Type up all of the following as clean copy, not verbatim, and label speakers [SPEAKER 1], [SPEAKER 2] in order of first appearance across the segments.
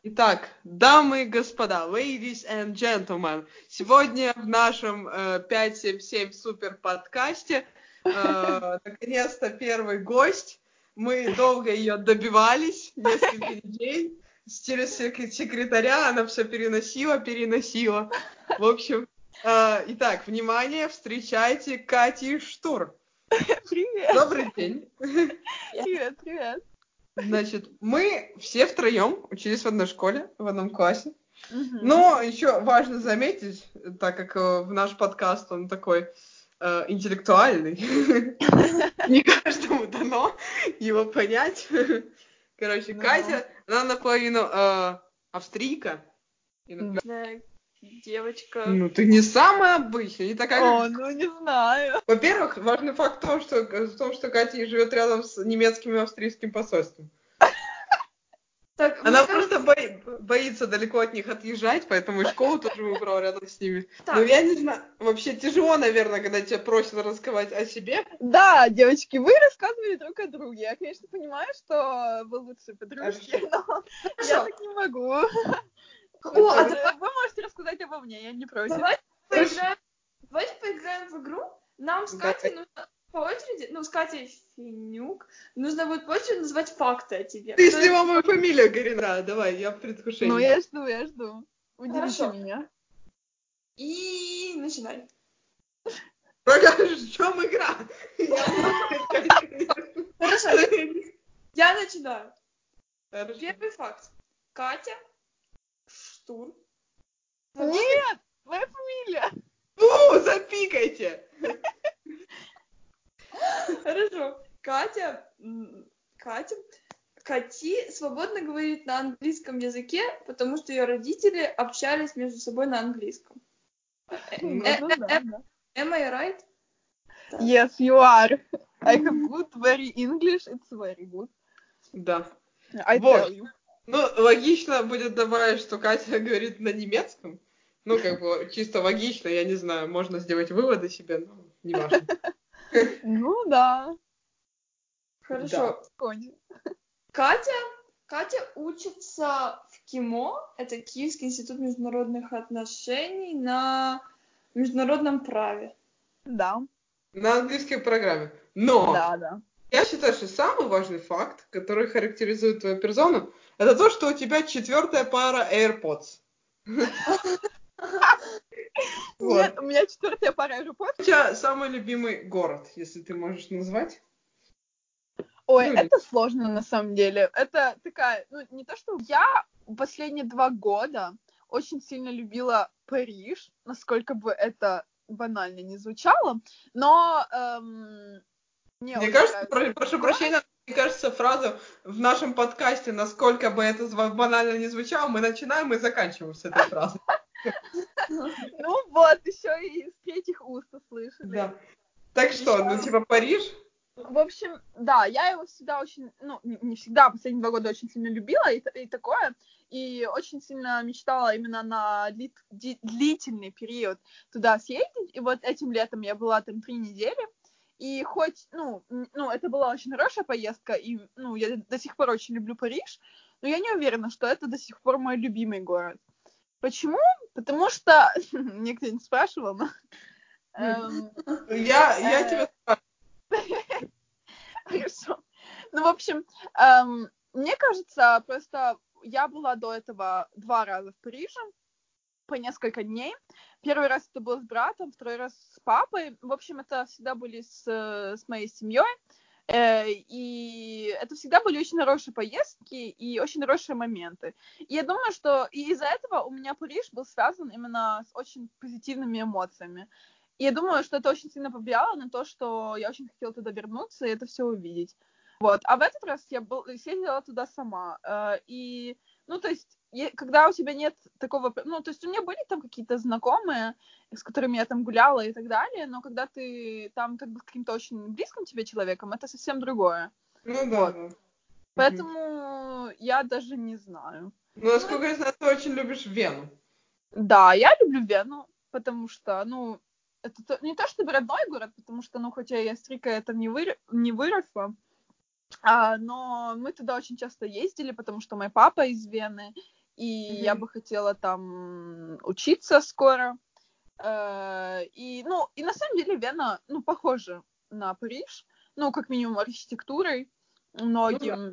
[SPEAKER 1] Итак, дамы и господа, ladies and gentlemen, сегодня в нашем 577 супер подкасте наконец-то первый гость. Мы долго ее добивались, несколько недель. Через секретаря она все переносила. В общем, итак, внимание, встречайте Кати Штур.
[SPEAKER 2] Привет.
[SPEAKER 1] Добрый день.
[SPEAKER 2] Привет.
[SPEAKER 1] Значит, мы все втроем учились в одной школе, в одном классе.
[SPEAKER 2] Угу.
[SPEAKER 1] Но еще важно заметить, так как в наш подкаст он такой интеллектуальный, не каждому дано его понять. Короче, Катя, она наполовину австрийка.
[SPEAKER 2] Девочка.
[SPEAKER 1] Ну, ты не самая обычная, не такая, как...
[SPEAKER 2] не знаю.
[SPEAKER 1] Во-первых, важный факт в том, что Катя живет рядом с немецким и австрийским посольством.
[SPEAKER 3] Так,
[SPEAKER 1] она просто боится далеко от них отъезжать, поэтому и школу тоже выбрала рядом с ними.
[SPEAKER 3] Так.
[SPEAKER 1] Ну, я не знаю, вообще тяжело, наверное, когда тебя просят рассказать о себе.
[SPEAKER 2] Да, девочки, вы рассказывали друг о друге. Я, конечно, понимаю, что вы лучшие подружки, но я так не могу. Вы можете рассказать обо мне, я не против.
[SPEAKER 3] Давайте поиграем в игру. Нам с Катей нужно по очереди, с Катей Финюк, нужно будет по очереди называть факты о тебе.
[SPEAKER 1] Ты сняла мою фамилию, Гарина. Давай, я в предвкушении.
[SPEAKER 2] Ну, я жду. Удивите
[SPEAKER 3] Хорошо.
[SPEAKER 2] меня.
[SPEAKER 3] И начинай.
[SPEAKER 1] В чем игра?
[SPEAKER 3] Хорошо, я начинаю.
[SPEAKER 1] Хорошо.
[SPEAKER 3] Первый факт. Катя Штур.
[SPEAKER 2] Нет, моя фамилия.
[SPEAKER 1] Запикайте.
[SPEAKER 3] Хорошо. Кати свободно говорит на английском языке, потому что ее родители общались между собой на английском. Am I right?
[SPEAKER 2] Yes, you are. I have good, very English. It's very good.
[SPEAKER 1] Да.
[SPEAKER 2] I tell you.
[SPEAKER 1] Ну, логично будет добавить, что Катя говорит на немецком. Ну, как бы, чисто логично, я не знаю, можно сделать выводы себе, но не важно.
[SPEAKER 2] Ну, да.
[SPEAKER 3] Хорошо.
[SPEAKER 2] Да.
[SPEAKER 3] Катя учится в КИМО, это Киевский институт международных отношений, на международном праве.
[SPEAKER 2] Да.
[SPEAKER 1] На английской программе. Но
[SPEAKER 2] Да.
[SPEAKER 1] Я считаю, что самый важный факт, который характеризует твою персону, это то, что у тебя 4-я пара AirPods.
[SPEAKER 2] Нет, у меня 4-я пара AirPods.
[SPEAKER 1] У тебя самый любимый город, если ты можешь назвать?
[SPEAKER 2] Ой, это сложно на самом деле. Это такая, не то, что я последние 2 года очень сильно любила Париж, насколько бы это банально не звучало, но
[SPEAKER 1] мне кажется, прошу прощения, мне кажется, фраза в нашем подкасте, насколько бы это банально не звучало, мы начинаем и заканчиваем с этой фразой.
[SPEAKER 2] Ну вот, еще и из 3-х уст услышали.
[SPEAKER 1] Да. Так что, Париж?
[SPEAKER 2] В общем, да, я его всегда очень, не всегда, последние 2 года очень сильно любила и такое, и очень сильно мечтала именно на длительный период туда съездить, и вот этим летом я была там 3 недели, и хоть, это была очень хорошая поездка, и, я до сих пор очень люблю Париж, но я не уверена, что это до сих пор мой любимый город. Почему? Потому что, мне кто-нибудь спрашивал, но...
[SPEAKER 1] Я тебя спрашиваю.
[SPEAKER 2] Хорошо. В общем, мне кажется, просто я была до этого 2 раза в Париже по несколько дней. Первый раз это был с братом, второй раз с папой. В общем, это всегда были с моей семьей. И это всегда были очень хорошие поездки и очень хорошие моменты. И я думаю, что и из-за этого у меня Париж был связан именно с очень позитивными эмоциями. И я думаю, что это очень сильно повлияло на то, что я очень хотела туда вернуться и это все увидеть. Вот. А в этот раз я съездила туда сама. И, то есть, когда у тебя нет такого... то есть, у меня были там какие-то знакомые, с которыми я там гуляла и так далее, но когда ты там как бы с каким-то очень близким тебе человеком, это совсем другое.
[SPEAKER 1] Ну да,
[SPEAKER 2] вот.
[SPEAKER 1] да.
[SPEAKER 2] Поэтому я даже не знаю.
[SPEAKER 1] Насколько я знаю, ты очень любишь Вену.
[SPEAKER 2] Да, я люблю Вену, потому что, это не то чтобы родной город, потому что, хоть я с Рикой это не выросла, но мы туда очень часто ездили, потому что мой папа из Вены, и я бы хотела там учиться скоро. И на самом деле Вена, похожа на Париж, как минимум архитектурой многим.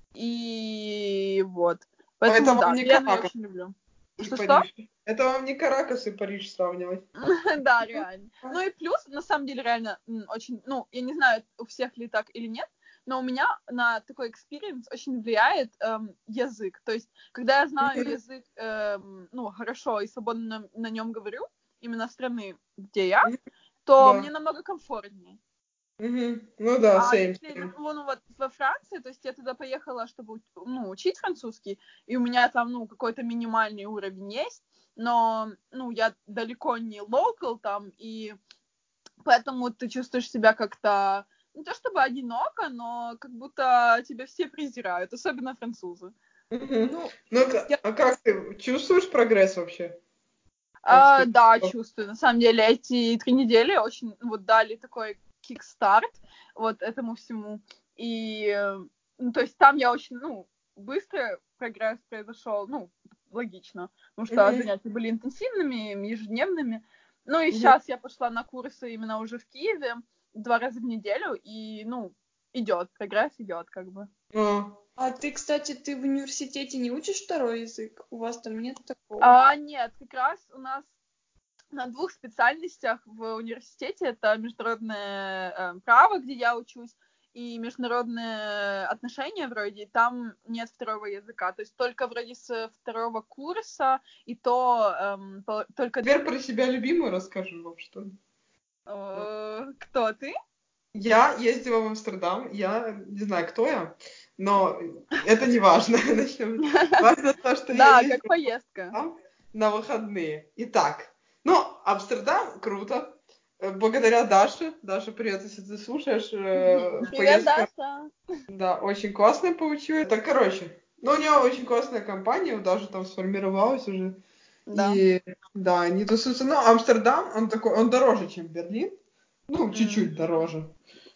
[SPEAKER 2] И вот. Поэтому, да, Вену я очень люблю. Что?
[SPEAKER 1] Это вам не Каракас и Париж сравнивать.
[SPEAKER 2] Да, реально. И плюс, на самом деле, реально очень, я не знаю, у всех ли так или нет, но у меня на такой экспириенс очень влияет язык. То есть, когда я знаю язык, хорошо и свободно на нем говорю, именно страны, где я, то мне намного комфортнее.
[SPEAKER 1] Ну да, same.
[SPEAKER 2] Если, вот во Франции, то есть я туда поехала, чтобы учить французский, и у меня там, какой-то минимальный уровень есть, но, я далеко не local там, и поэтому ты чувствуешь себя как-то, не то чтобы одиноко, но как будто тебя все презирают, особенно французы.
[SPEAKER 1] А как ты чувствуешь прогресс вообще?
[SPEAKER 2] Да, чувствую. На самом деле эти 3 недели очень дали такой кикстарт вот этому всему. И, то есть там я очень, быстро прогресс произошел, логично, потому что занятия были интенсивными, ежедневными. И сейчас я пошла на курсы именно уже в Киеве 2 раза в неделю, и, идет, прогресс идет, как бы.
[SPEAKER 3] А ты, кстати, ты в университете не учишь второй язык? У вас там нет такого?
[SPEAKER 2] Нет, как раз у нас на 2 специальностях в университете. Это международное право, где я учусь, и международные отношения вроде. Там нет второго языка. То есть только вроде с 2 курса, и то только...
[SPEAKER 1] Теперь про себя любимую расскажу вам, что ли.
[SPEAKER 2] Кто ты?
[SPEAKER 1] Я ездила в Амстердам. Я не знаю, кто я, но это не важно. Важно то, что я ездила
[SPEAKER 2] как поездка.
[SPEAKER 1] на выходные. Итак, Амстердам круто. Благодаря Даше. Даша, привет, если ты слушаешь.
[SPEAKER 2] Привет, Даша.
[SPEAKER 1] Да, очень классная получилась. Так, короче, у нее очень классная компания, даже там сформировалась уже.
[SPEAKER 2] Да.
[SPEAKER 1] И, да, они тусуются. Амстердам, он дороже, чем Берлин. Чуть-чуть дороже.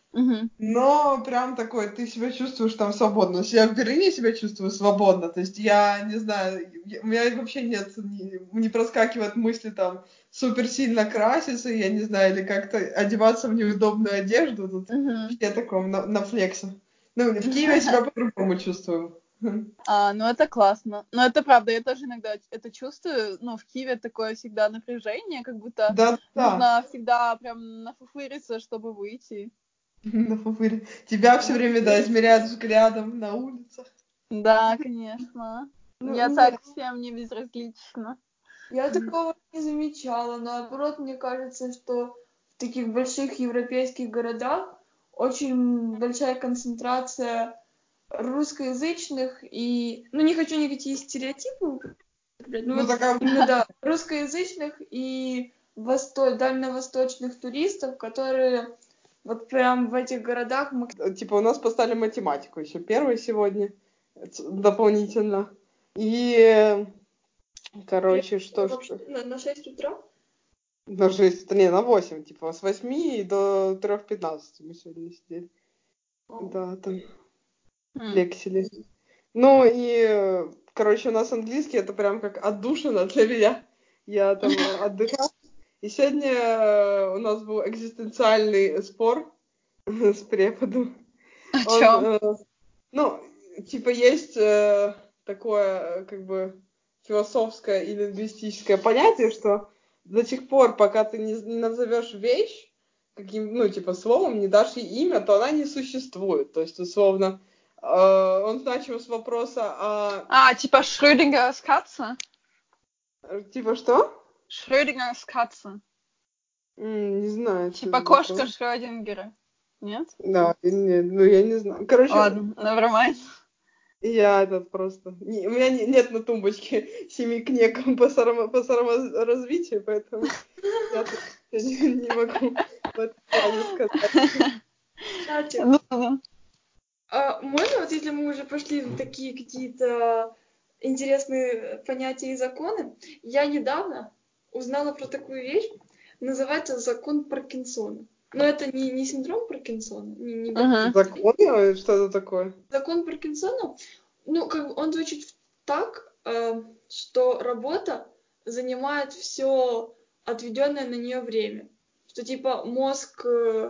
[SPEAKER 1] Но прям такой, ты себя чувствуешь там свободно. Я в Берлине себя чувствую свободно. То есть я не знаю, у меня вообще не проскакивают мысли там супер сильно краситься, я не знаю, или как-то одеваться в неудобную одежду. Тут я таком на флексе. В Киеве я себя по-другому чувствую.
[SPEAKER 2] Это классно. Это правда, я тоже иногда это чувствую. В Киеве такое всегда напряжение, как будто нужно всегда прям нафуфыриться, чтобы выйти.
[SPEAKER 1] На фуфыре. Тебя все время, измеряют взглядом на улицах.
[SPEAKER 2] Да, конечно. Я так всем не безразлична.
[SPEAKER 3] Я такого не замечала. Наоборот, мне кажется, что в таких больших европейских городах очень большая концентрация русскоязычных и... не хочу никакие стереотипы, именно, да, русскоязычных и дальневосточных туристов, которые вот прям в этих городах...
[SPEAKER 1] У нас поставили математику еще первую сегодня дополнительно. И, короче,
[SPEAKER 3] На 6 утра?
[SPEAKER 1] На 6, на 8, с 8 до 3:15 мы сегодня сидели. Да, там лексили. И, короче, у нас английский, это прям как отдушина для меня. Я там отдыхала. И сегодня у нас был экзистенциальный спор с преподом.
[SPEAKER 2] О чём?
[SPEAKER 1] Есть такое, как бы, философское и лингвистическое понятие, что до тех пор, пока ты не назовешь вещь словом, не дашь ей имя, то она не существует. То есть, условно, он начал с вопроса
[SPEAKER 2] Schrödingers Katze?
[SPEAKER 1] Что?
[SPEAKER 2] Schrödingers Katze.
[SPEAKER 1] Не знаю.
[SPEAKER 2] Кошка Шрёдингера. Нет?
[SPEAKER 1] Да, нет, я не знаю. Короче...
[SPEAKER 2] Ладно, never mind.
[SPEAKER 1] Я просто... У меня нет на тумбочке 7 книг по саморазвитию, поэтому я тут не могу в этом плане сказать.
[SPEAKER 3] Кстати, можно, если мы уже пошли в такие какие-то интересные понятия и законы, я недавно узнала про такую вещь, называется закон Паркинсона. Но это не синдром Паркинсона.
[SPEAKER 1] Закон? Что это такое?
[SPEAKER 3] Закон Паркинсона, он звучит так, что работа занимает все отведенное на нее время. Что типа мозг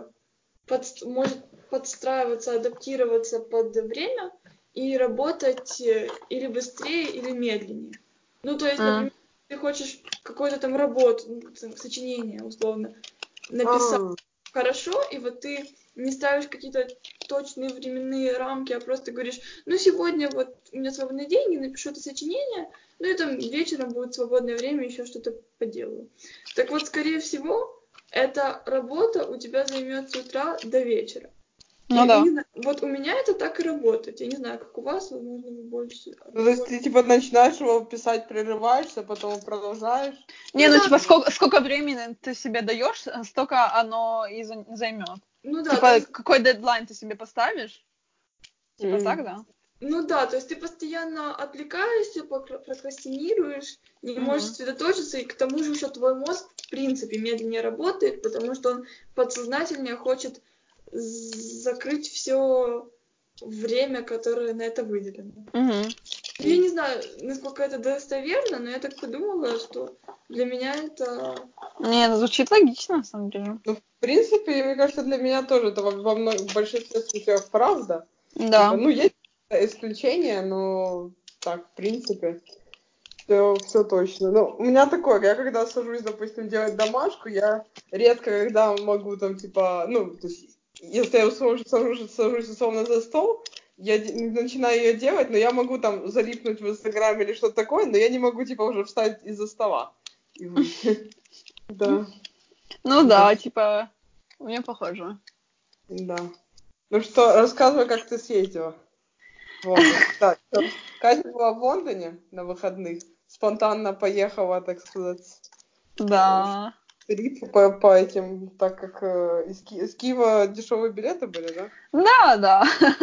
[SPEAKER 3] может подстраиваться, адаптироваться под время и работать или быстрее, или медленнее. Ну, то есть, например, ты хочешь какую-то там работу, сочинение, условно, написать хорошо, и вот ты не ставишь какие-то точные временные рамки, а просто говоришь, ну, сегодня вот у меня свободный день, я напишу это сочинение, ну, и там вечером будет свободное время, еще что-то поделаю. Так вот, скорее всего, эта работа у тебя займет с утра до вечера.
[SPEAKER 2] Ну да.
[SPEAKER 3] Вот у меня это так и работает. Я не знаю, как у вас, возможно, вы больше...
[SPEAKER 1] Ну, то есть ты, типа, начинаешь его писать, прерываешься, потом продолжаешь?
[SPEAKER 2] Не, ну, типа, сколько времени ты себе даешь, столько оно и займет.
[SPEAKER 3] Ну да.
[SPEAKER 2] Типа,
[SPEAKER 3] Есть...
[SPEAKER 2] какой дедлайн ты себе поставишь? Типа так, да?
[SPEAKER 3] Ну да, то есть ты постоянно отвлекаешься, прокрастинируешь, не можешь сосредоточиться, и к тому же еще твой мозг в принципе медленнее работает, потому что он подсознательнее хочет закрыть все время, которое на это выделено. Я не знаю, насколько это достоверно, но я так подумала, что для меня это...
[SPEAKER 2] Не, ну звучит логично, на самом деле.
[SPEAKER 1] Ну, в принципе, мне кажется, для меня тоже это в большинстве случаев правда.
[SPEAKER 2] Да.
[SPEAKER 1] Типа, ну, есть исключения, но так, в принципе, все точно. Ну, у меня такое, я когда сажусь, допустим, делать домашку, я редко, когда могу там, типа, ну, то есть, если я сажусь условно за стол, я начинаю ее делать, но я могу там залипнуть в Инстаграме или что-то такое, но я не могу, типа, уже встать из-за стола и выйти. Да.
[SPEAKER 2] Ну да, типа, у меня похоже.
[SPEAKER 1] Да. Ну что, рассказывай, как ты съездила в Лондон. Так, Катя была в Лондоне на выходных. Спонтанно поехала, так сказать,
[SPEAKER 2] Да.
[SPEAKER 1] трип по этим, так как из Киева дешевые билеты были, да?
[SPEAKER 2] Да, да.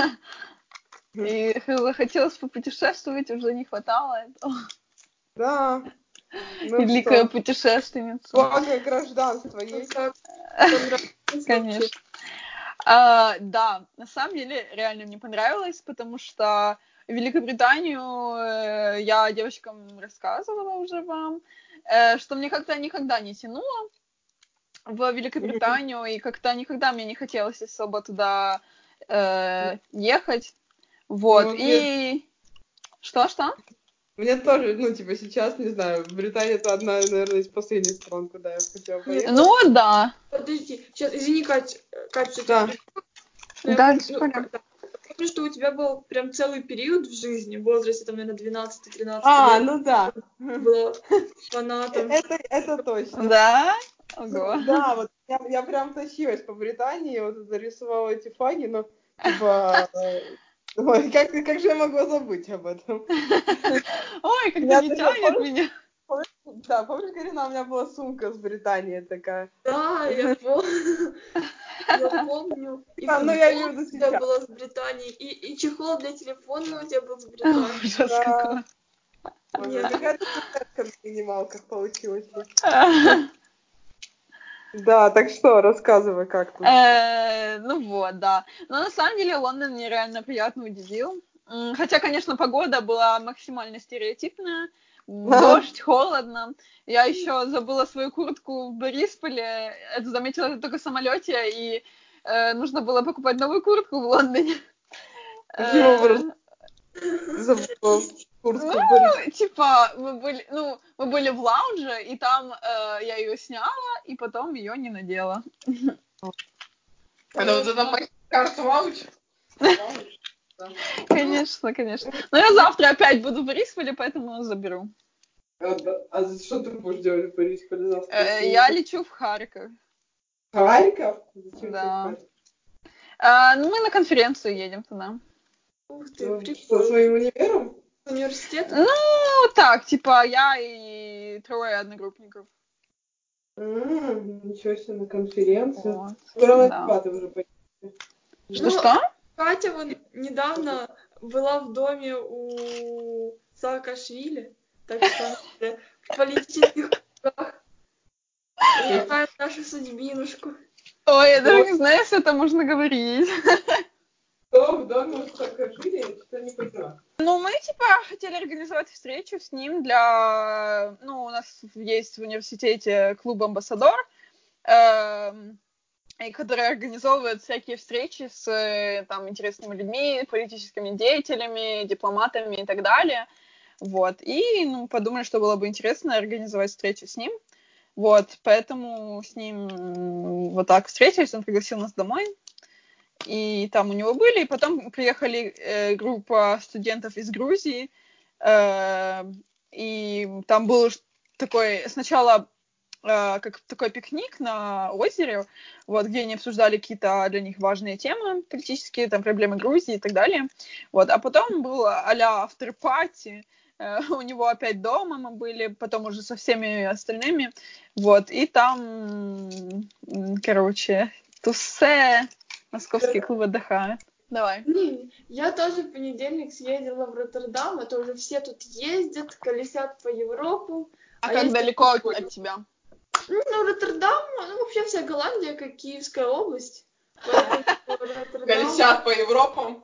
[SPEAKER 2] И захотелось попутешествовать, уже не хватало этого.
[SPEAKER 1] Да. Ну
[SPEAKER 2] Великая
[SPEAKER 1] что,
[SPEAKER 2] путешественница.
[SPEAKER 1] благо гражданство есть.
[SPEAKER 2] Конечно. Да, на самом деле реально мне понравилось, потому что Великобританию я девочкам рассказывала уже вам, что мне как-то никогда не тянуло в Великобританию, и как-то никогда мне не хотелось особо туда ехать. Вот,
[SPEAKER 1] Ну,
[SPEAKER 2] и... Что?
[SPEAKER 1] Мне тоже, ну, типа, сейчас, не знаю, Британия это одна, наверное, из последних стран, куда я хотела поехать.
[SPEAKER 2] Ну, да.
[SPEAKER 3] Подожди, сейчас, извини, Катя, что
[SPEAKER 1] Да.
[SPEAKER 2] Да, без проблем.
[SPEAKER 3] Помню, что у тебя был прям целый период в жизни, в возрасте, там, наверное, 12-13
[SPEAKER 1] А,
[SPEAKER 3] лет.
[SPEAKER 1] ну да.
[SPEAKER 3] Была фанатом.
[SPEAKER 1] Это точно.
[SPEAKER 2] Да? Ого.
[SPEAKER 1] Да, вот я прям тащилась по Британии, вот зарисовала эти флаги, но типа, ой, как же я могла забыть об этом?
[SPEAKER 2] Ой, как-то не тянет меня.
[SPEAKER 1] Да, помнишь, Карина, у меня была сумка с Британии такая.
[SPEAKER 3] Да, я помню. Я помню. И
[SPEAKER 1] Ну, я имею в
[SPEAKER 3] футболка
[SPEAKER 1] виду
[SPEAKER 3] у тебя
[SPEAKER 1] сейчас.
[SPEAKER 3] была с Британии, и чехол для телефона у тебя был с Британии.
[SPEAKER 2] Ужас какой.
[SPEAKER 3] Нет.
[SPEAKER 1] Какая-то цукерка на минималках получилась бы. Да, так что, рассказывай, как тут.
[SPEAKER 2] Ну вот, да. Но на самом деле Лондон меня реально приятно удивил. Хотя, конечно, погода была максимально стереотипная. Дождь, холодно. Я еще забыла свою куртку в Борисполе. Это заметила я только в самолете, и нужно было покупать новую куртку в Лондоне.
[SPEAKER 1] Почему забыла куртку в Борисполе?
[SPEAKER 2] Ну, типа, мы были в лаунже, и там я ее сняла, и потом ее не надела.
[SPEAKER 1] Это вот это мастер-карт лаунж?
[SPEAKER 2] Конечно, конечно. Но я завтра опять буду в Борисполе, поэтому заберу.
[SPEAKER 1] А что ты будешь делать в Борисполе завтра?
[SPEAKER 2] Я лечу в Харьков.
[SPEAKER 1] Харьков?
[SPEAKER 2] Да. Ну, мы на конференцию едем туда.
[SPEAKER 3] Ух ты,
[SPEAKER 1] Что,
[SPEAKER 3] прикольно.
[SPEAKER 1] своим универом?
[SPEAKER 3] Университетом?
[SPEAKER 2] Ну, так, типа, я и 3 одногруппников.
[SPEAKER 1] Ничего себе, на конференцию.
[SPEAKER 2] Вот.
[SPEAKER 1] Скоро
[SPEAKER 2] Да.
[SPEAKER 1] на уже поедете.
[SPEAKER 2] Что?
[SPEAKER 3] Катя вот недавно была в доме у Саакашвили, так что в политических кругах решает нашу судьбинушку.
[SPEAKER 2] Ой, я даже не знаю, если это можно говорить.
[SPEAKER 1] Что в доме так жили, я что-то не поняла.
[SPEAKER 2] Ну, мы, типа, хотели организовать встречу с ним для... Ну, у нас есть в университете клуб «Амбассадор», который организовывает всякие встречи с там интересными людьми, политическими деятелями, дипломатами и так далее. Вот. И подумали, что было бы интересно организовать встречу с ним. Вот. Поэтому с ним вот так встретились, он пригласил нас домой. И там у него были. И потом приехали группа студентов из Грузии. И там был такой сначала как такой пикник на озере, вот, где они обсуждали какие-то для них важные темы политические, там, проблемы Грузии и так далее. Вот. А потом был а-ля афтер-пати, у него опять дома мы были, потом уже со всеми остальными, вот, и там, короче, тусе, московский клуб отдыхает. Давай.
[SPEAKER 3] Не, я тоже в понедельник съездила в Роттердам, это уже все тут ездят, колесят по Европу.
[SPEAKER 2] А как далеко от тебя?
[SPEAKER 3] Ну, Роттердам, ну, вообще вся Голландия, как Киевская область.
[SPEAKER 1] Колесят по Европам.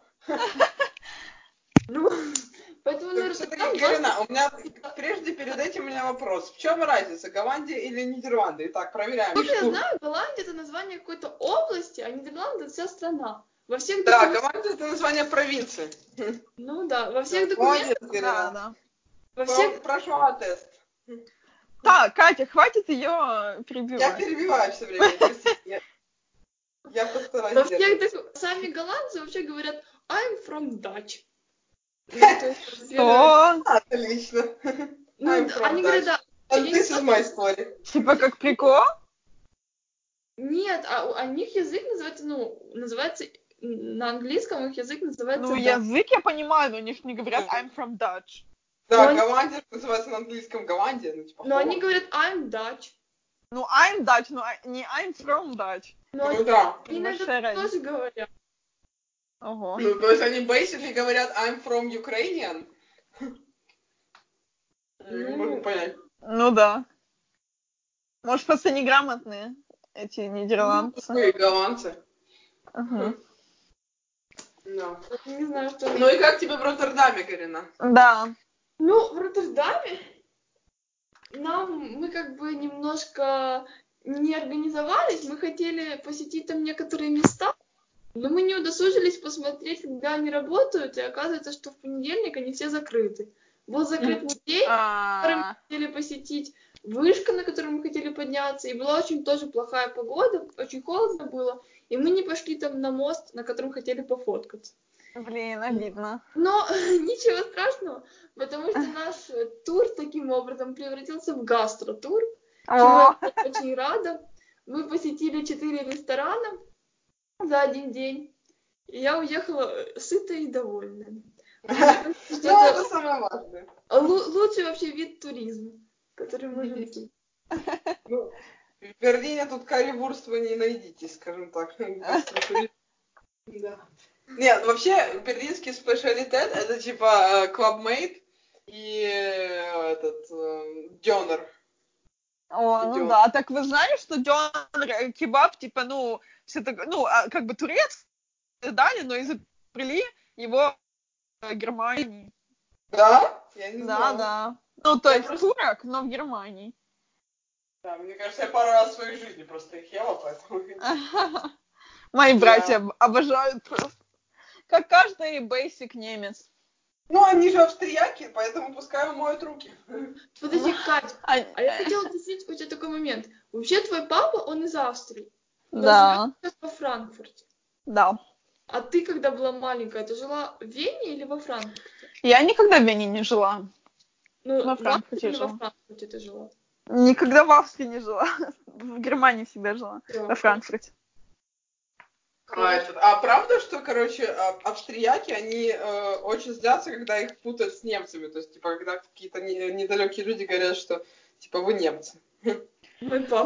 [SPEAKER 3] Ну, поэтому на
[SPEAKER 1] Все-таки, Карина, у меня прежде перед этим у меня вопрос. В чем разница, Голландия или Нидерланды? Итак, проверяем.
[SPEAKER 3] Как я знаю, Голландия это название какой-то области, а Нидерланды это вся страна. Во всех
[SPEAKER 1] Да,
[SPEAKER 3] документах...
[SPEAKER 1] Голландия это название провинции.
[SPEAKER 3] Ну да, во всех документах...
[SPEAKER 2] Да.
[SPEAKER 3] Во всех...
[SPEAKER 1] Прошла тест.
[SPEAKER 2] Так, Катя, хватит ее перебивать.
[SPEAKER 1] Я перебиваю все время, простите. Я постараюсь.
[SPEAKER 3] Во всех сами голландцы вообще говорят I'm from Dutch.
[SPEAKER 2] Что?
[SPEAKER 1] Отлично.
[SPEAKER 3] Ну, они говорят, да.
[SPEAKER 1] And this is my story.
[SPEAKER 2] Типа как прикол?
[SPEAKER 3] Нет, а у них язык называется на английском их язык называется...
[SPEAKER 2] Ну, язык я понимаю, но они же не говорят I'm from Dutch.
[SPEAKER 1] Да, Голландия называется на английском Голландия, ну типа.
[SPEAKER 3] Но они говорят I'm Dutch.
[SPEAKER 2] Ну, I'm Dutch, но не I'm from Dutch.
[SPEAKER 3] Ну
[SPEAKER 1] да.
[SPEAKER 3] они иногда тоже говорят.
[SPEAKER 2] Ого.
[SPEAKER 1] Ну, то есть они basically говорят I'm from Ukrainian. Не могу понять.
[SPEAKER 2] Ну да. Может, просто неграмотные эти нидерландцы.
[SPEAKER 1] Ну, и голландцы.
[SPEAKER 2] Угу.
[SPEAKER 1] Да.
[SPEAKER 3] Не знаю, что...
[SPEAKER 1] Ну и как тебе в Роттердаме, Карина?
[SPEAKER 2] Да.
[SPEAKER 3] Ну, в Роттердаме мы как бы немножко не организовались, мы хотели посетить там некоторые места, но мы не удосужились посмотреть, когда они работают, и оказывается, что в понедельник они все закрыты. Был закрыт музей, который мы хотели посетить, вышка, на которую мы хотели подняться, и была очень тоже плохая погода, очень холодно было, и мы не пошли там на мост, на котором хотели пофоткаться.
[SPEAKER 2] Блин, обидно.
[SPEAKER 3] Но ничего страшного, потому что наш тур таким образом превратился в гастротур, чему я очень рада. Мы посетили 4 ресторана за один день, и я уехала сытая и довольная.
[SPEAKER 1] Это самое важное.
[SPEAKER 3] Лучший вообще вид туризма, который может быть.
[SPEAKER 1] В Берлине тут карри-вурст вы не найдите, скажем так. Да. Нет, вообще берлинский специалитет это типа клабмейт и этот дёнер.
[SPEAKER 2] О, ну да. Так вы знали, что дёнер, кебаб, типа, ну, все так, ну, как бы турецкий, дали, но изобрели его в Германии.
[SPEAKER 1] Да? Я не знала.
[SPEAKER 2] Да. Ну, то есть турок, но в Германии.
[SPEAKER 1] Да, мне кажется, я пару раз в своей жизни просто их ела, поэтому...
[SPEAKER 2] Мои братья обожают просто. Как каждый basic немец.
[SPEAKER 1] Ну, они же австрияки, поэтому пускай моют руки.
[SPEAKER 3] Подожди, Кать, а я хотела уточнить у тебя такой момент. Вообще твой папа, он из Австрии.
[SPEAKER 2] Да.
[SPEAKER 3] Живет во Франкфурте.
[SPEAKER 2] Да.
[SPEAKER 3] А ты, когда была маленькая, ты жила в Вене или во Франкфурте?
[SPEAKER 2] Я никогда в Вене не жила.
[SPEAKER 3] Ну,
[SPEAKER 2] во Франкфурте
[SPEAKER 3] или
[SPEAKER 2] жила.
[SPEAKER 3] во Франкфурте ты жила?
[SPEAKER 2] Никогда в Австрии не жила. В Германии всегда жила. Да. Во Франкфурте.
[SPEAKER 1] А правда, что, короче, австрияки, они очень злятся, когда их путают с немцами? То есть, типа, когда какие-то недалекие люди говорят, что, типа, вы немцы.
[SPEAKER 3] Мой папа.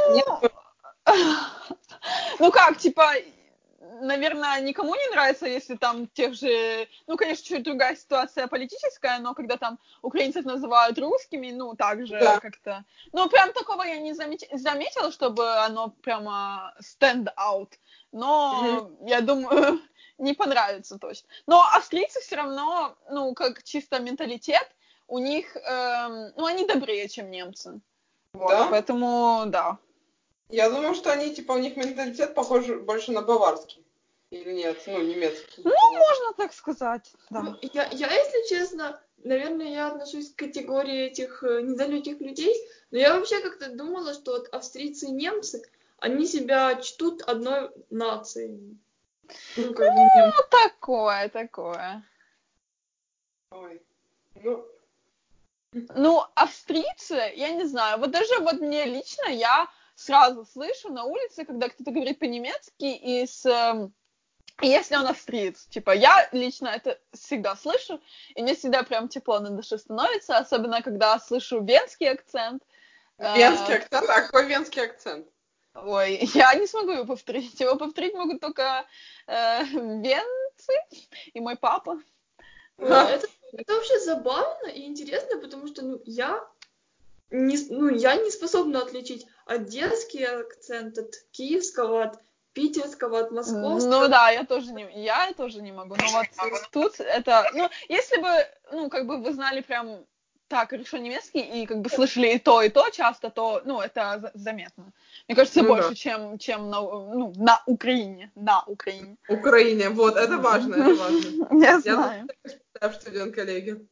[SPEAKER 2] Ну как, типа, наверное, никому не нравится, если там тех же... Ну, конечно, чуть другая ситуация политическая, но когда там украинцев называют русскими, ну, так же как-то... Ну, прям такого я не заметила, чтобы оно прямо stand out. Но я думаю, не понравится точно. Но австрийцы все равно, ну, как чисто менталитет, у них, ну, они добрее, чем немцы. Вот,
[SPEAKER 1] Да?
[SPEAKER 2] поэтому, да.
[SPEAKER 1] Я думаю, что они, типа, у них менталитет похож больше на баварский. Или нет? Ну, немецкий.
[SPEAKER 2] Ну, можно так сказать, да.
[SPEAKER 3] Ну, я, если честно, наверное, я отношусь к категории этих недалеких людей, но я вообще как-то думала, что вот австрийцы и немцы, они себя чтут одной нацией. Ну, как бы немцы.
[SPEAKER 2] Ну, такое.
[SPEAKER 1] Ой. Ну,
[SPEAKER 2] Ну, австрийцы, я не знаю, вот даже вот мне лично, я сразу слышу на улице, когда кто-то говорит по-немецки, если он австриец, типа, я лично это всегда слышу, и мне всегда прям тепло на душе становится, особенно когда слышу венский акцент.
[SPEAKER 1] венский акцент? А какой венский акцент?
[SPEAKER 2] Ой, я не смогу его повторить. Его повторить могут только венцы и мой папа.
[SPEAKER 3] Это вообще забавно и интересно, потому что ну, я не способна отличить одесский акцент от киевского, от питерского, от московского.
[SPEAKER 2] Ну да, я тоже не могу. Но вот тут это, ну, если бы, ну, как бы вы знали прям так хорошо немецкий и как бы слышали и то часто, то, ну, это заметно. Мне кажется,
[SPEAKER 1] Ну
[SPEAKER 2] больше,
[SPEAKER 1] да.
[SPEAKER 2] чем на Украине. На Украине.
[SPEAKER 1] Украине, вот, это важно, это важно.
[SPEAKER 2] Я
[SPEAKER 1] Я
[SPEAKER 2] знаю.
[SPEAKER 1] тоже считаю, что студент коллеги.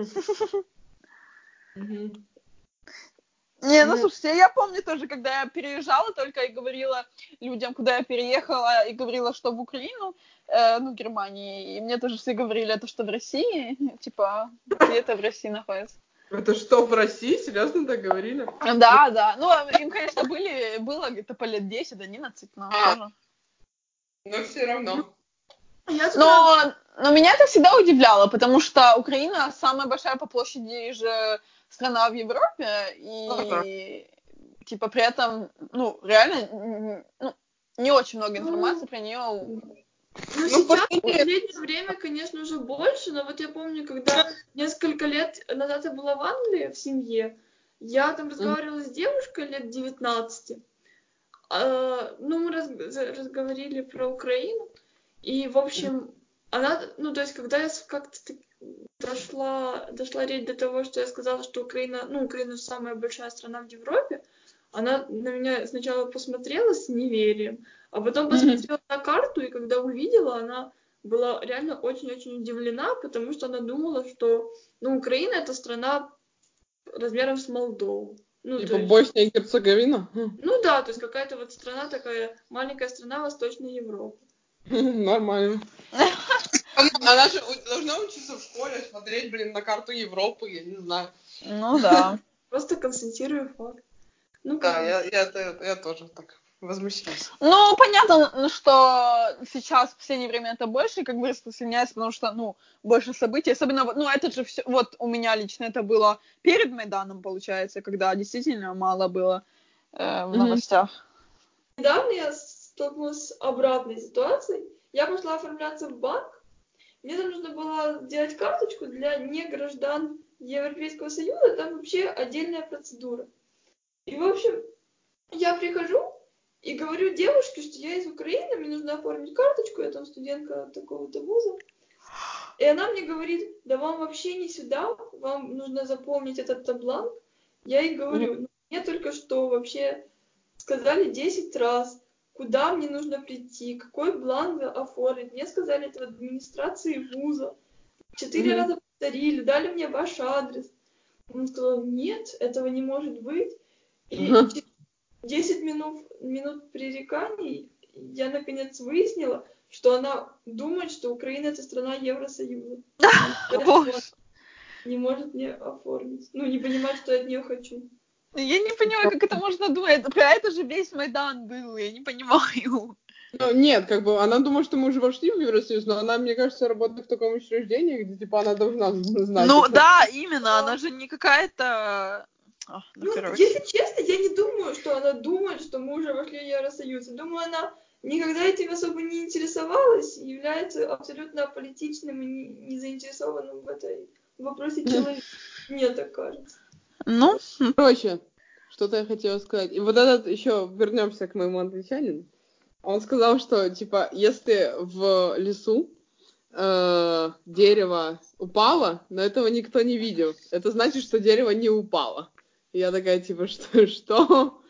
[SPEAKER 1] Мгм.
[SPEAKER 2] Не, ну
[SPEAKER 1] Ну,
[SPEAKER 2] слушайте, я помню тоже, когда я переезжала только и говорила людям, куда я переехала, и говорила, что в Украину, ну, в Германии, и мне тоже все говорили, это что в России? Типа, где это в России находится?
[SPEAKER 1] это что, в России? Серьезно так говорили?
[SPEAKER 2] Да. Ну, им, конечно, было где-то по лет 10-11, но тоже.
[SPEAKER 1] Но все равно.
[SPEAKER 3] Я тут раз-
[SPEAKER 2] Но меня это всегда удивляло, потому что Украина самая большая по площади же страна в Европе,
[SPEAKER 1] Ага.
[SPEAKER 2] и типа при этом, ну, реально, ну, не очень много информации про нее.
[SPEAKER 3] Ну,
[SPEAKER 1] Ну,
[SPEAKER 3] сейчас, в
[SPEAKER 1] последние...
[SPEAKER 3] последнее время, конечно, уже больше, но вот я помню, когда несколько лет назад я была в Англии в семье, я там разговаривала с девушкой лет 19. Ну, мы разговорили про Украину, и, в общем, она, ну, то есть, когда я как-то дошла речь до того, что я сказала, что Украина же самая большая страна в Европе, она на меня сначала посмотрела с неверием, а потом посмотрела на карту, и когда увидела, она была реально очень-очень удивлена, потому что она думала, что, ну, Украина — это страна размером с Молдову. Ну,
[SPEAKER 1] Типа
[SPEAKER 3] то есть,
[SPEAKER 1] Босния и Герцеговина?
[SPEAKER 3] ну да, то есть какая-то вот страна такая, маленькая страна Восточной Европы.
[SPEAKER 1] Нормально. Она же должна учиться в школе, смотреть, блин, на карту Европы, я не знаю.
[SPEAKER 2] Ну да.
[SPEAKER 3] Просто констатирую факт. Ну,
[SPEAKER 1] Да,
[SPEAKER 3] как
[SPEAKER 1] я тоже так возмущаюсь.
[SPEAKER 2] Ну, понятно, что сейчас в последнее время это больше как бы распространяется, потому что, ну, больше событий, особенно, ну, это же все, вот у меня лично это было перед Майданом, получается, когда действительно мало было в новостях.
[SPEAKER 3] недавно я столкнулась с обратной ситуацией. Я пошла оформляться в банк. Мне там нужно было сделать карточку для неграждан Европейского Союза. Там вообще отдельная процедура. И, в общем, я прихожу и говорю девушке, что я из Украины, мне нужно оформить карточку, я там студентка такого-то вуза. И она мне говорит, да вам вообще не сюда, вам нужно заполнить этот бланк. Я ей говорю, ну, мне только что вообще сказали 10 раз, куда мне нужно прийти, какой бланк оформить. Мне сказали это в администрации вуза. 4 раза повторили, дали мне ваш адрес. Он сказал, нет, этого не может быть. И 10 минут пререканий я наконец выяснила, что она думает, что Украина — это страна Евросоюза. Не может мне оформить. Ну, не понимает, что я от нее хочу.
[SPEAKER 2] Я не понимаю, как это можно думать. Про это же весь Майдан был, я не понимаю.
[SPEAKER 1] Ну, нет, как бы она думает, что мы уже вошли в Евросоюз, но она, мне кажется, работает в таком учреждении, где, типа, она должна знать.
[SPEAKER 2] Ну
[SPEAKER 1] это.
[SPEAKER 2] да, именно, она же не какая-то...
[SPEAKER 3] Ну,
[SPEAKER 2] короче.
[SPEAKER 3] если честно, я не думаю, что она думает, что мы уже вошли в Евросоюз. Я думаю, она никогда этим особо не интересовалась и является абсолютно аполитичным и не заинтересованным в этой вопросе человеком. Мне так кажется.
[SPEAKER 2] Ну,
[SPEAKER 1] Короче, что-то я хотела сказать. И вот этот еще вернемся к моему англичанину. Он сказал, что, типа, если в лесу дерево упало, но этого никто не видел, это значит, что дерево не упало. И я такая, типа, что?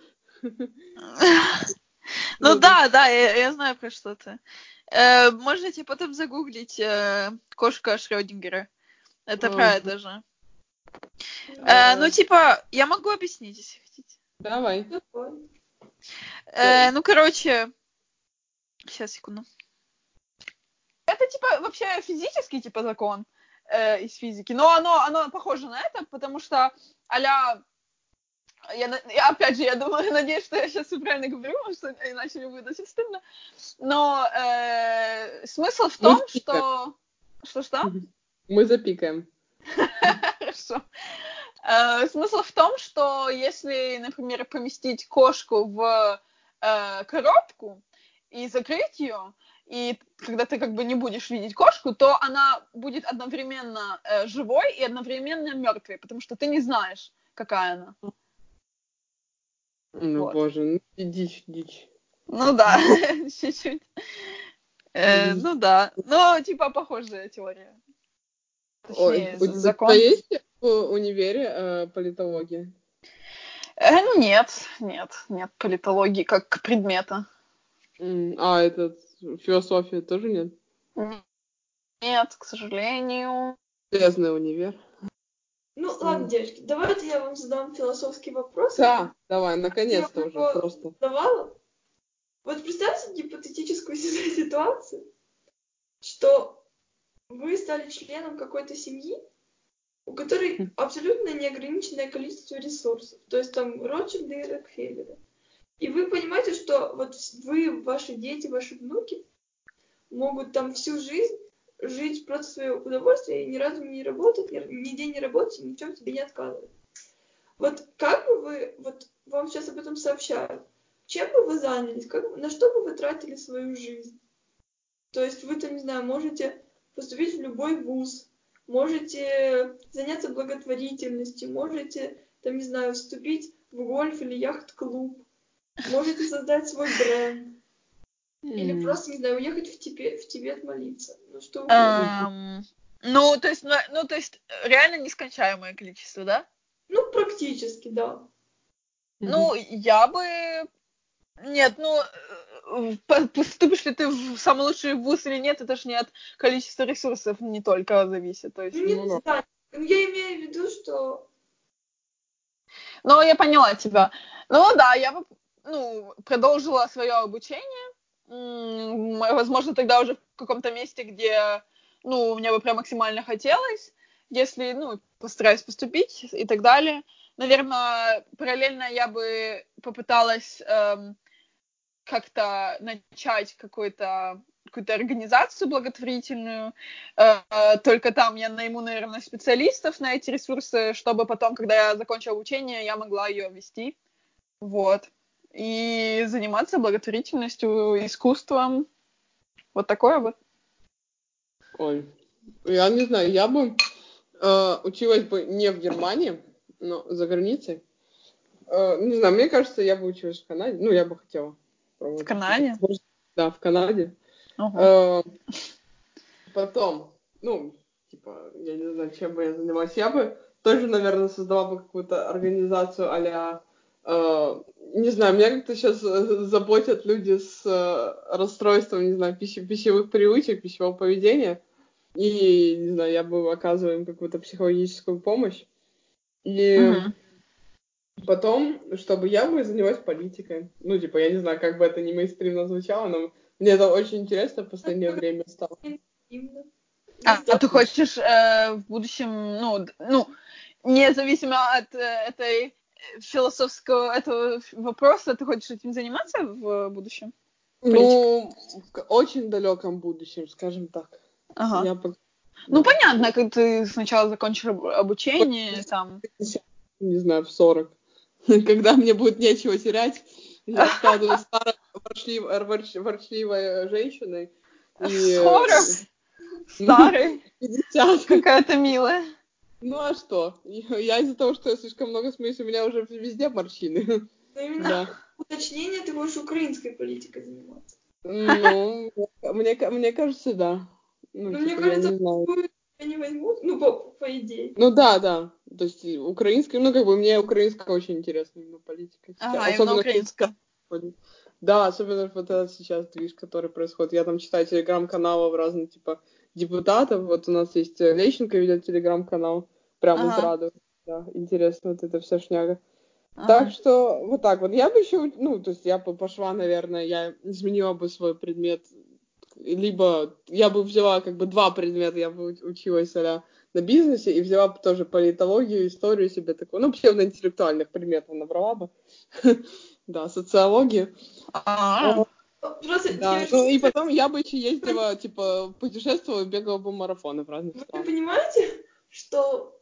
[SPEAKER 2] Ну да, я знаю, про что ты. Можете потом загуглить кошка Шрёдингера. Это про это же. Ну, типа, я могу объяснить, если хотите.
[SPEAKER 1] Давай.
[SPEAKER 2] Ну, короче, сейчас, секунду. Это, типа, вообще физический, типа, закон из физики, но оно похоже на это, потому что а-ля... опять же, я думаю, надеюсь, что я сейчас все правильно говорю, потому что иначе мне будет очень стыдно. Но смысл в том, что... Что-что?
[SPEAKER 1] Мы запикаем.
[SPEAKER 2] Хорошо. Смысл в том, что если, например, поместить кошку в коробку и закрыть ее, и когда ты как бы не будешь видеть кошку, то она будет одновременно живой и одновременно мертвой, потому что ты не знаешь, какая она.
[SPEAKER 1] Ну,
[SPEAKER 2] вот.
[SPEAKER 1] боже, ну дичь.
[SPEAKER 2] Ну да, чуть-чуть. Ну да, но типа похожая теория. Точнее, закон.
[SPEAKER 1] У тебя есть в универе политология?
[SPEAKER 2] Нет политологии как предмета.
[SPEAKER 1] Философия тоже нет?
[SPEAKER 2] Нет, к сожалению.
[SPEAKER 1] Полезный универ.
[SPEAKER 3] Ну, ладно, девочки, давайте я вам задам философский вопрос.
[SPEAKER 1] Да, давай, наконец-то уже
[SPEAKER 3] Я
[SPEAKER 1] просто.
[SPEAKER 3] задавала. Вот представьте гипотетическую ситуацию, что вы стали членом какой-то семьи, у которой абсолютно неограниченное количество ресурсов. То есть там Ротшильды и Рокфеллеры. И вы понимаете, что вот вы, ваши дети, ваши внуки могут там всю жизнь жить просто в свое удовольствие и ни разу не работать, нигде не работать, ни в чем себе не отказывать. Вот как бы вы, вот вам сейчас об этом сообщают, чем бы вы занялись, на что бы вы тратили свою жизнь? То есть вы там, не знаю, можете поступить в любой вуз, можете заняться благотворительностью, можете, там, не знаю, вступить в гольф или яхт-клуб, можете создать свой бренд. Или просто, не знаю, уехать в Тибет молиться. Ну, что угодно.
[SPEAKER 2] Ну, то есть реально нескончаемое количество, да?
[SPEAKER 3] Ну, практически, да.
[SPEAKER 2] Ну, я бы... Нет, поступишь ли ты в самый лучший вуз или нет, это же не от количества ресурсов не только зависит. То есть,
[SPEAKER 3] Ну, да. Я имею в виду, что...
[SPEAKER 2] Ну, я поняла тебя. Ну, да, я бы продолжила свое обучение. Возможно, тогда уже в каком-то месте, где, мне бы прям максимально хотелось, если, постараюсь поступить и так далее. Наверное, параллельно я бы попыталась как-то начать какую-то организацию благотворительную, только там я найму, наверное, специалистов на эти ресурсы, чтобы потом, когда я закончу обучение, я могла ее вести, вот, и заниматься благотворительностью, искусством, вот такое вот.
[SPEAKER 1] Ой, я не знаю, я бы училась бы не в Германии, но за границей. Не знаю, мне кажется, я бы училась в Канаде. Ну, я бы хотела.
[SPEAKER 2] В Канаде?
[SPEAKER 1] Да, в Канаде.
[SPEAKER 2] Угу.
[SPEAKER 1] Потом, я не знаю, чем бы я занималась. Я бы тоже, наверное, создала бы какую-то организацию а-ля... не знаю, меня как-то сейчас заботят люди с расстройством, не знаю, пищевых привычек, пищевого поведения. И, не знаю, я бы оказывала им какую-то психологическую помощь. И потом, чтобы я бы занялась политикой. Я не знаю, как бы это не мейнстримно звучало, но мне это очень интересно в последнее время стало.
[SPEAKER 2] А ты хочешь в будущем, независимо от этой философского этого вопроса, ты хочешь этим заниматься в будущем?
[SPEAKER 1] В очень далеком будущем, скажем так.
[SPEAKER 2] Ага. Понятно, как ты сначала закончишь обучение, там...
[SPEAKER 1] Не знаю, в 40. Когда мне будет нечего терять, я стану старой ворчливой женщиной.
[SPEAKER 2] 40? Старый?
[SPEAKER 1] 50.
[SPEAKER 2] Какая-то милая.
[SPEAKER 1] Ну а что? Я из-за того, что я слишком много смеюсь, у меня уже везде морщины.
[SPEAKER 3] Но именно
[SPEAKER 1] Да.
[SPEAKER 3] уточнение, ты будешь украинской политикой заниматься.
[SPEAKER 1] Ну, мне кажется, да. Ну,
[SPEAKER 3] Но мне
[SPEAKER 1] типа, я
[SPEAKER 3] кажется,
[SPEAKER 1] не знаю.
[SPEAKER 3] тебя не возьмут, ну, по идее.
[SPEAKER 1] Ну да. То есть украинская, ну как бы мне украинская очень интересна именно политика.
[SPEAKER 2] Ага, именно
[SPEAKER 1] Особенно
[SPEAKER 2] украинская.
[SPEAKER 1] происходит. Да, особенно вот этот сейчас движ, который происходит. Я там читаю телеграм-каналов разных типа депутатов. Вот у нас есть Лещенко ведет телеграм-канал. Прямо из
[SPEAKER 2] Ага,
[SPEAKER 1] Радовой. Да, интересно вот эта вся шняга. Так
[SPEAKER 2] ага.
[SPEAKER 1] что вот так вот. Я бы еще, ну, то есть я бы пошла, наверное, я изменила бы свой предмет. Либо я бы взяла как бы 2 предмета, я бы училась на бизнесе и взяла бы тоже политологию, историю себе такую, ну, псевдоинтеллектуальных предметов набрала бы. Да, социологию.
[SPEAKER 2] А,
[SPEAKER 3] Просто
[SPEAKER 1] Да,
[SPEAKER 3] девочки,
[SPEAKER 1] ну и потом я бы еще ездила, типа, путешествовала и бегала бы марафоны в разных
[SPEAKER 3] вы
[SPEAKER 1] странах.
[SPEAKER 3] понимаете, что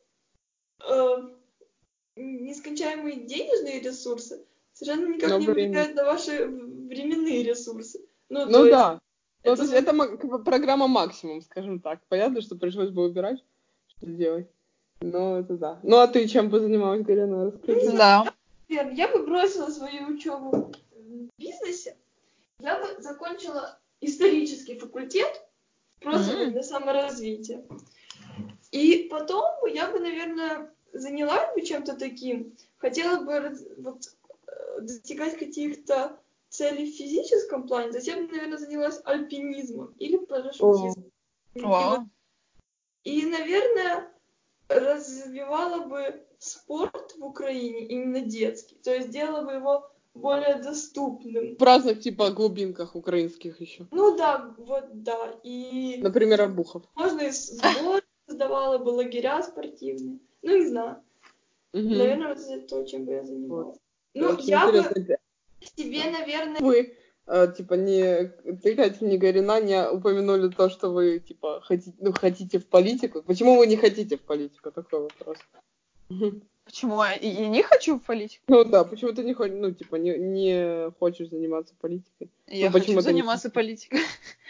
[SPEAKER 3] нескончаемые денежные ресурсы совершенно никак
[SPEAKER 1] Но
[SPEAKER 3] не
[SPEAKER 1] время.
[SPEAKER 3] влияют на ваши временные ресурсы. Ну, то
[SPEAKER 1] Ну
[SPEAKER 3] есть,
[SPEAKER 1] да. Ну,
[SPEAKER 3] это
[SPEAKER 1] то есть
[SPEAKER 3] же,
[SPEAKER 1] это как бы программа максимум, скажем так. Понятно, что пришлось бы выбирать, что делать. Но это да. Ну, а ты чем бы занималась, Галина?
[SPEAKER 3] ну, не
[SPEAKER 1] Расскажи.
[SPEAKER 3] знаю,
[SPEAKER 2] да.
[SPEAKER 3] например, я бы бросила свою учебу в бизнесе, я бы закончила исторический факультет, просто вот для саморазвития. И потом я бы, наверное, занялась бы чем-то таким, хотела бы достигать каких-то целей в физическом плане, затем, наверное, занялась альпинизмом или парашютизмом.
[SPEAKER 2] Вау.
[SPEAKER 3] И, наверное, развивала бы спорт в Украине, именно детский, то есть делала бы его более доступным.
[SPEAKER 1] В разных, типа, глубинках украинских еще.
[SPEAKER 3] Ну да, вот да. И,
[SPEAKER 1] Например, Обухов.
[SPEAKER 3] можно и сбор создавала бы, лагеря спортивные. Ну, не знаю.
[SPEAKER 1] Угу.
[SPEAKER 3] Наверное, вот это то, чем бы я занималась.
[SPEAKER 1] Вот.
[SPEAKER 3] Ну,
[SPEAKER 1] Очень
[SPEAKER 3] я бы
[SPEAKER 1] интересно.
[SPEAKER 3] себе, наверное...
[SPEAKER 1] Вы, типа, ты, Катя, не Горина, не упомянули то, что вы, типа, хотите в политику. Почему вы не хотите в политику? Такой вопрос.
[SPEAKER 2] Почему я не хочу в политику?
[SPEAKER 1] Ну да, почему ты не хочешь, ну, типа, не хочешь заниматься политикой?
[SPEAKER 2] Я
[SPEAKER 1] Ну,
[SPEAKER 2] хочу
[SPEAKER 1] почему ты не...
[SPEAKER 2] заниматься политикой.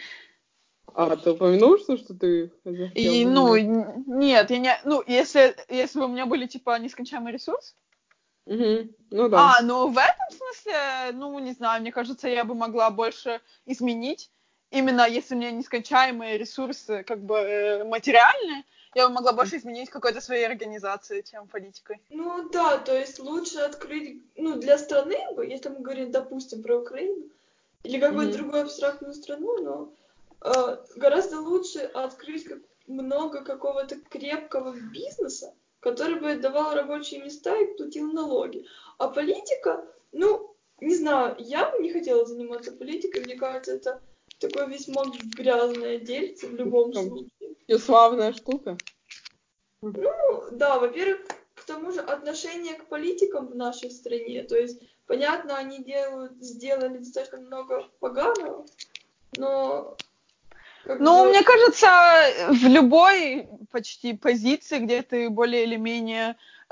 [SPEAKER 1] А, ты упомянул, что ты захотел
[SPEAKER 2] И,
[SPEAKER 1] заниматься?
[SPEAKER 2] нет, я не... Ну, если бы у меня были, типа, нескончаемый ресурс.
[SPEAKER 1] Угу. Ну да.
[SPEAKER 2] Ну, в этом смысле, ну, не знаю, мне кажется, я бы могла больше изменить. Именно если у меня нескончаемые ресурсы, как бы, материальные, я бы могла больше изменить какой-то своей организации, чем политикой.
[SPEAKER 3] Ну да, то есть лучше открыть, ну, для страны бы, если мы говорим, допустим, про Украину, или какую-то другую абстрактную страну, но гораздо лучше открыть много какого-то крепкого бизнеса, который бы давал рабочие места и платил налоги. А политика, ну, не знаю, я бы не хотела заниматься политикой, мне кажется, это такое весьма грязное дельце в любом случае.
[SPEAKER 1] Славная штука.
[SPEAKER 3] Ну, да, во-первых, к тому же отношение к политикам в нашей стране, то есть, понятно, они сделали достаточно много поганого, но как
[SPEAKER 2] Ну,
[SPEAKER 3] бы...
[SPEAKER 2] мне кажется, в любой почти позиции, где ты более или менее,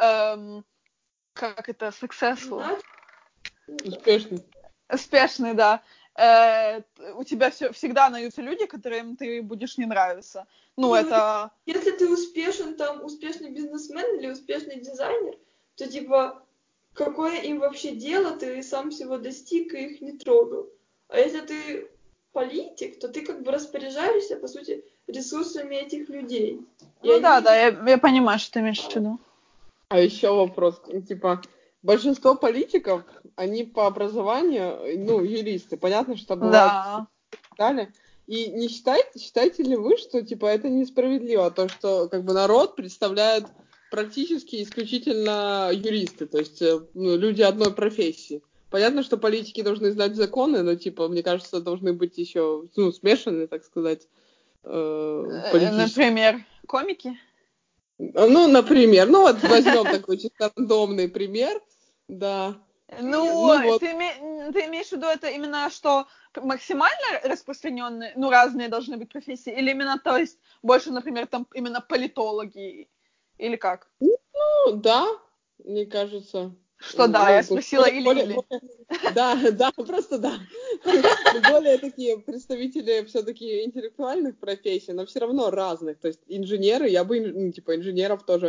[SPEAKER 2] как это, successful,
[SPEAKER 1] Успешный.
[SPEAKER 2] успешный, да, у тебя всегда найдутся люди, которым ты будешь не нравиться. Ну,
[SPEAKER 3] Не, ну,
[SPEAKER 2] это...
[SPEAKER 3] если ты успешен, там, успешный бизнесмен или успешный дизайнер, то, типа, какое им вообще дело, ты сам всего достиг и их не трогал. А если ты политик, то ты как бы распоряжаешься, по сути, ресурсами этих людей. И
[SPEAKER 2] Ну да,
[SPEAKER 3] они...
[SPEAKER 2] да, я понимаю, что ты имеешь в виду.
[SPEAKER 1] А еще вопрос, типа, большинство политиков, они по образованию, ну, юристы, понятно, что бывают
[SPEAKER 2] Да.
[SPEAKER 1] и так далее. И не считаете ли вы, что, типа, это несправедливо, то, что, как бы, народ представляет практически исключительно юристы, то есть ну, люди одной профессии. Понятно, что политики должны знать законы, но, типа, мне кажется, должны быть еще, ну, смешанные, так сказать, политические.
[SPEAKER 2] Например, комики?
[SPEAKER 1] Ну, например, ну вот возьмем такой чисто рандомный пример, да.
[SPEAKER 2] Ну,
[SPEAKER 1] Ну вот,
[SPEAKER 2] ты имеешь в виду это именно, что максимально распространенные, ну, разные должны быть профессии, или именно, то есть, больше, например, там именно политологи, или как?
[SPEAKER 1] ну да, мне кажется,
[SPEAKER 2] Что да, я
[SPEAKER 1] ну,
[SPEAKER 2] спросила или-или.
[SPEAKER 1] да, просто да. Ну, более такие представители все-таки интеллектуальных профессий, но все равно разных. То есть инженеры, я бы, ну, типа, инженеров тоже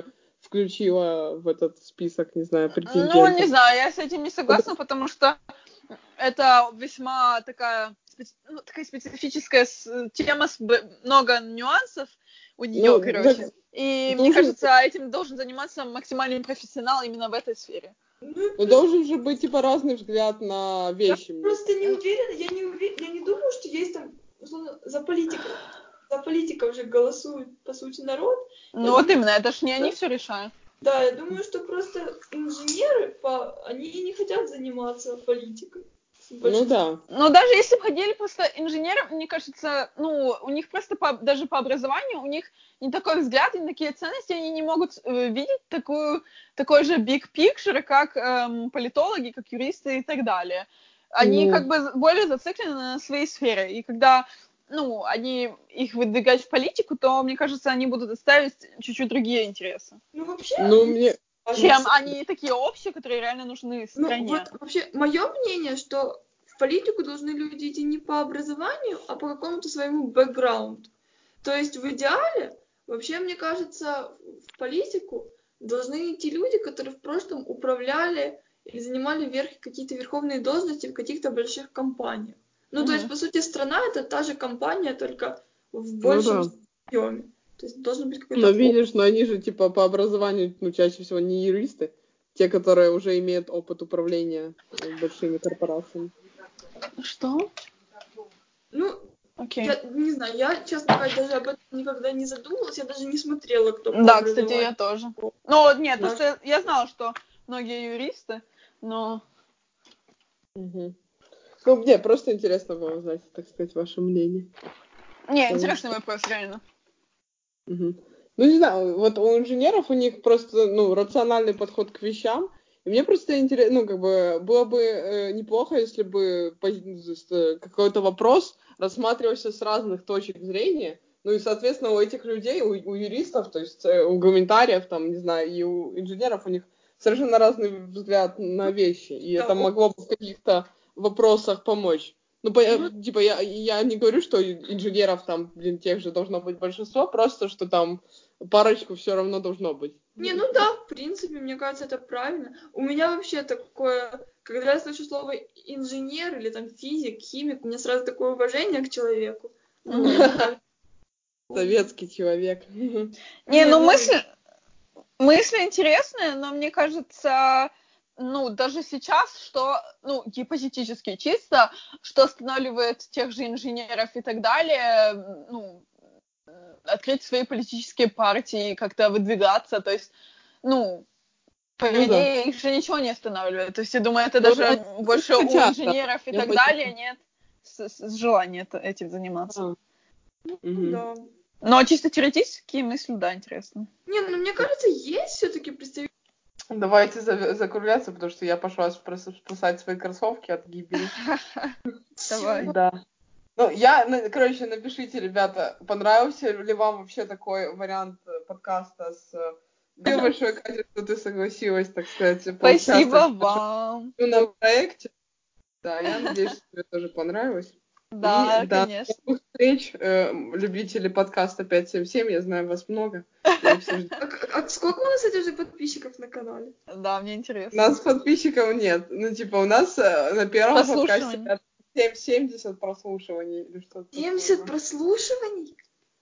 [SPEAKER 1] включила в этот список, не знаю,
[SPEAKER 2] Ну,
[SPEAKER 1] претендентов.
[SPEAKER 2] не знаю, я с этим не согласна, потому что это весьма такая специфическая тема с много нюансов у нее,
[SPEAKER 1] Ну,
[SPEAKER 2] короче.
[SPEAKER 1] так
[SPEAKER 2] И мне
[SPEAKER 1] должен-
[SPEAKER 2] кажется, этим должен заниматься максимальный профессионал именно в этой сфере.
[SPEAKER 1] Ну, должен же быть, типа, разный взгляд на вещи.
[SPEAKER 3] Я просто не уверена, я не думаю, что есть там, условно, за политиков же голосует, по сути, народ.
[SPEAKER 2] Ну, вот именно, это ж не они все решают.
[SPEAKER 3] Да, я думаю, что просто инженеры, они не хотят заниматься политикой.
[SPEAKER 1] Ну да.
[SPEAKER 2] Но даже если бы ходили просто инженером, мне кажется, у них просто даже по образованию, у них не такой взгляд, не такие ценности, они не могут видеть такой же big picture, как политологи, как юристы и так далее. Они как бы более зациклены на своей сфере. И когда они их выдвигают в политику, то, мне кажется, они будут оставить чуть-чуть другие интересы.
[SPEAKER 3] Ну, вообще...
[SPEAKER 2] Чем они такие общие, которые реально нужны стране.
[SPEAKER 3] Ну, вот вообще, мое мнение, что в политику должны люди идти не по образованию, а по какому-то своему бэкграунду. То есть в идеале, вообще, мне кажется, в политику должны идти люди, которые в прошлом управляли или занимали какие-то верховные должности в каких-то больших компаниях. Ну, то есть, по сути, страна — это та же компания, только в большем объеме. То есть должен быть какой-то...
[SPEAKER 1] Но видишь, они же, типа, по образованию, чаще всего не юристы, те, которые уже имеют опыт управления большими корпорациями.
[SPEAKER 2] Что?
[SPEAKER 3] Ну,
[SPEAKER 2] окей.
[SPEAKER 3] Я не знаю, я, честно говоря, даже об этом никогда не задумывалась, я даже не смотрела, кто по
[SPEAKER 2] Да,
[SPEAKER 3] образованию.
[SPEAKER 2] кстати, я тоже. Ну, нет, просто я знала, что многие юристы, но...
[SPEAKER 1] Ну, мне просто интересно было узнать, так сказать, ваше мнение.
[SPEAKER 2] Не, интересный вопрос, реально.
[SPEAKER 1] Ну, не знаю, вот у инженеров у них просто, рациональный подход к вещам. И мне просто интересно, было бы неплохо, если бы какой-то вопрос рассматривался с разных точек зрения. Ну и, соответственно, у этих людей, у юристов, то есть у гуманитариев, там, не знаю, и у инженеров у них совершенно разный взгляд на вещи. И это могло бы в каких-то вопросах помочь. Типа, я не говорю, что инженеров там, тех же должно быть большинство, просто что там парочку все равно должно быть.
[SPEAKER 3] Не, ну да, в принципе, мне кажется, это правильно. У меня вообще такое, когда я слышу слово инженер или там физик, химик, у меня сразу такое уважение к человеку.
[SPEAKER 1] Советский человек.
[SPEAKER 2] Мысль интересная, но мне кажется, даже сейчас, что, гипотетически чисто, что останавливает тех же инженеров и так далее, открыть свои политические партии, как-то выдвигаться, то есть, по идее, их же ничего не останавливает. То есть, я думаю, это даже больше у инженеров и так далее нет желания этим заниматься.
[SPEAKER 3] Да.
[SPEAKER 2] Но чисто теоретически мысли, да, интересно.
[SPEAKER 3] Не, мне кажется, есть все-таки представители.
[SPEAKER 1] Давайте закругляться, потому что я пошла спасать свои кроссовки от гибели.
[SPEAKER 2] Давай.
[SPEAKER 1] Да. Напишите, ребята, понравился ли вам вообще такой вариант подкаста с... Спасибо большое, Катя, что ты согласилась, так сказать,
[SPEAKER 2] Спасибо вам.
[SPEAKER 1] В нашем проекте. Да, я надеюсь, что тебе тоже понравилось.
[SPEAKER 2] Да,
[SPEAKER 1] и
[SPEAKER 2] конечно.
[SPEAKER 1] До новых встреч, любители подкаста 577, я знаю вас много.
[SPEAKER 3] А сколько у нас уже подписчиков на канале?
[SPEAKER 2] Да, мне интересно.
[SPEAKER 1] У нас подписчиков нет. У нас на первом подкасте 70 прослушиваний или что-то.
[SPEAKER 3] 70 прослушиваний?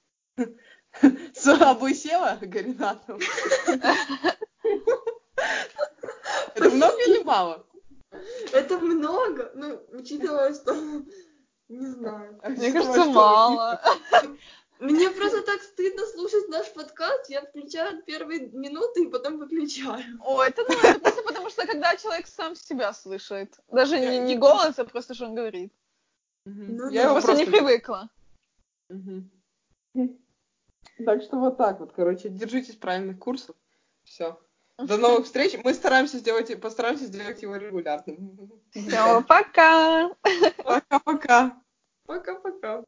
[SPEAKER 1] Слабо села, Гаринатов? Это много или мало?
[SPEAKER 3] Это много, учитывая, что... Не знаю.
[SPEAKER 2] Мне кажется, мало.
[SPEAKER 3] Мне просто так стыдно слушать наш подкаст. Я включаю первые минуты и потом выключаю.
[SPEAKER 2] Это просто потому, что когда человек сам себя слышит. Даже не голос, а просто, что он говорит. Я просто не привыкла.
[SPEAKER 1] Так что вот так вот, держитесь правильных курсов. Все. До новых встреч. Мы постараемся сделать его регулярным.
[SPEAKER 2] Все, пока.
[SPEAKER 1] Пока-пока.
[SPEAKER 3] Пока-пока.